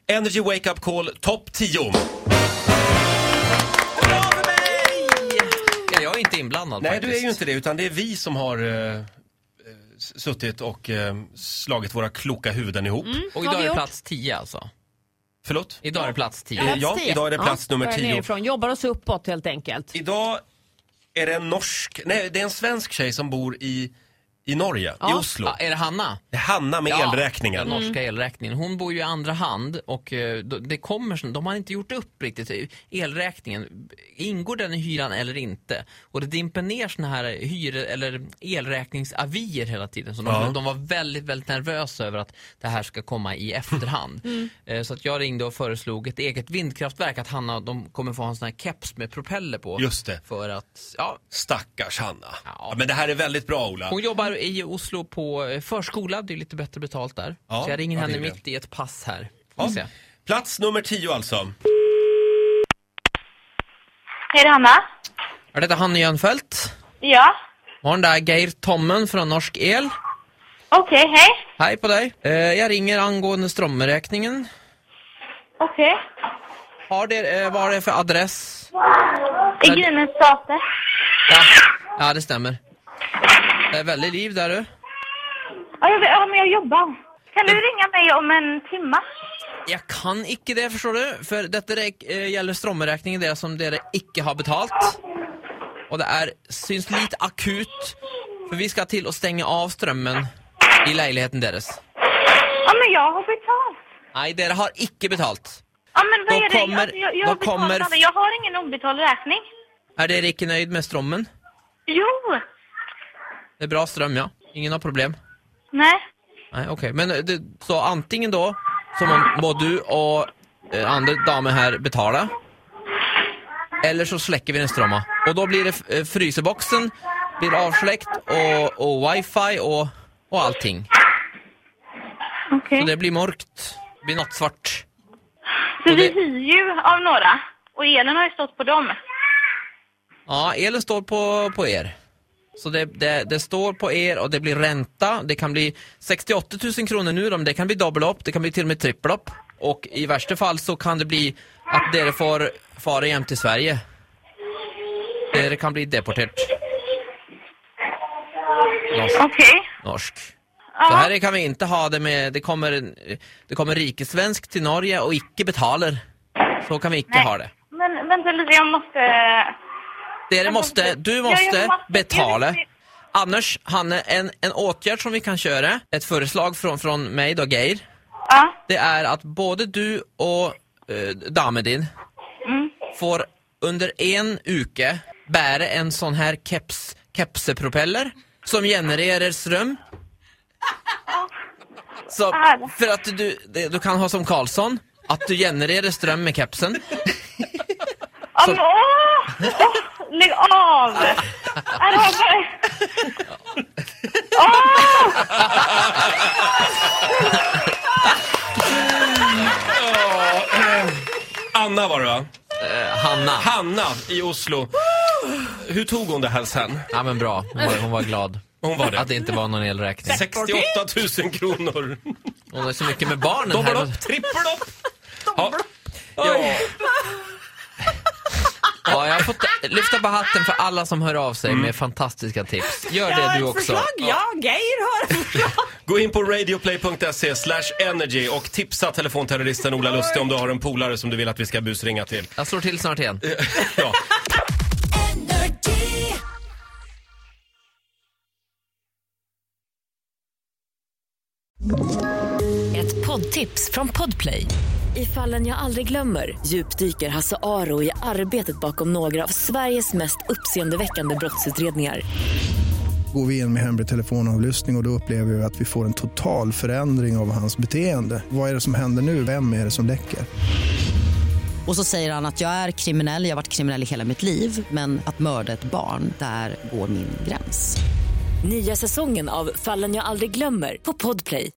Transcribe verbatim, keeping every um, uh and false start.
Energy Wake Up Call topp tio. Jag är inte inblandad. Nej, faktiskt. du är ju inte det, utan det är vi som har uh, suttit och uh, slagit våra kloka huvuden ihop. Mm. Och idag är det plats tio alltså. Förlåt? Idag är det plats tio. Ja, ja idag är det plats ja, nummer tio. Nerifrån. Jobbar oss uppåt helt enkelt. Idag är det en norsk, nej det är en svensk tjej som bor i I Norge, ja. I Oslo. Ja, är det Hanna? Det är Hanna med ja, elräkningen. Den norska elräkningen. Hon bor ju i andra hand och det kommer, de har inte gjort upp riktigt elräkningen. Ingår den i hyran eller inte? Och det dimper ner såna här hyre- eller elräkningsavier hela tiden. Så de, ja. de var väldigt, väldigt nervösa över att det här ska komma i efterhand. Mm. Så att jag ringde och föreslog ett eget vindkraftverk att Hanna, de kommer få ha en sån här keps med propeller på. Just det. För att, ja. Stackars Hanna. Ja. Ja, men det här är väldigt bra, Ola. Hon jobbar i Oslo på förskola, det är lite bättre betalt där. Ja, så jag ringer ja, henne mitt i ett pass här. Ja. Se. Plats nummer tio alltså. Hej, Hanna. Är det Hanna Jönfeldt? Ja. Har den där Geir Tommen från Norsk El? Okej, okay, hej. Hej på dig. Jag ringer angående strömräkningen. Okej. Okay. Har det, vad är det för adress? I Grynäs gata. Ja. Ja, det stämmer. Det är väldigt liv där du. Ja, jag, ja, men jag jobbar. Kan du ringa mig om en timme? Jag kan inte det, förstår du. För detta äh, gäller strömräkningen, det som det icke har betalt. Och det är syns lite akut. För vi ska till att stänga av strömmen i lägenheten deras. Ja, men jag har betalt. Nej, det har icke betalt. Ja, men vad då är det? Kommer, jag, jag, jag, då har kommer... jag har ingen obetald räkning. Är det icke nöjd med strömmen? Jo. Det är bra ström, ja. Ingen har problem. Nej. Nej, okej. Okay. Men det, så antingen då så må du och eh, andra damer här betala. Eller så släcker vi den strömma. Och då blir det eh, fryseboxen, blir avsläckt och, och wifi och, och allting. Okej. Okay. Så det blir mörkt. Det blir något svart. Så och vi det... hyr ju av några. Och elen har ju stått på dem. Ja, elen står på, på er. Så det, det, det står på er och det blir ränta. Det kan bli sextioåtta tusen kronor nu. Det kan bli dubbelop, det kan bli till och med trippelop. Och i värsta fall så kan det bli att det får fara hem till Sverige. Det kan bli deporterat. Okej. Okay. Norsk. Så här kan vi inte ha det med. Det kommer, det kommer rikesvensk till Norge och icke betalar. Så kan vi inte Nej. ha det. Men vänta lite, jag måste... Det måste, du måste betala. Annars, Hanne, en, en åtgärd som vi kan köra, ett förslag från, från mig då, Geir. Ja. Det är att både du och eh, damen din mm. får under en uke bära en sån här keps, kepsepropeller som genererar ström. Så för att du, du kan ha som Karlsson, att du genererar ström med kepsen. Så... Åh! Åh! Lägg av! Är det här... Åh! Anna var det, va? Uh, Hanna. Hanna i Oslo. Hur tog hon det här sen? Ja, men bra. Hon var, hon var glad. Hon var det. Att det inte var någon elräkning. sextioåtta tusen kronor. Hon är så mycket med barnen här. Dobbelop, trippelop. Ja. Ja. Ja, jag har fått lyfta på hatten för alla som hör av sig mm. med fantastiska tips. Gör det du också. Förslag, ja, Geir har förslag. Gå in på radioplay punkt se slash energy och tipsa telefonterroristen Ola Lustig om du har en polare som du vill att vi ska busringa till. Jag slår till snart igen. Ja. Ett poddtips från Podplay. I Fallen jag aldrig glömmer djupdyker Hasse Aro i arbetet bakom några av Sveriges mest uppseendeväckande brottsutredningar. Går vi in med hemlig telefonavlyssning och, och då upplever vi att vi får en total förändring av hans beteende. Vad är det som händer nu? Vem är det som läcker? Och så säger han att jag är kriminell, jag har varit kriminell i hela mitt liv. Men att mörda ett barn, där går min gräns. Nya säsongen av Fallen jag aldrig glömmer på Podplay.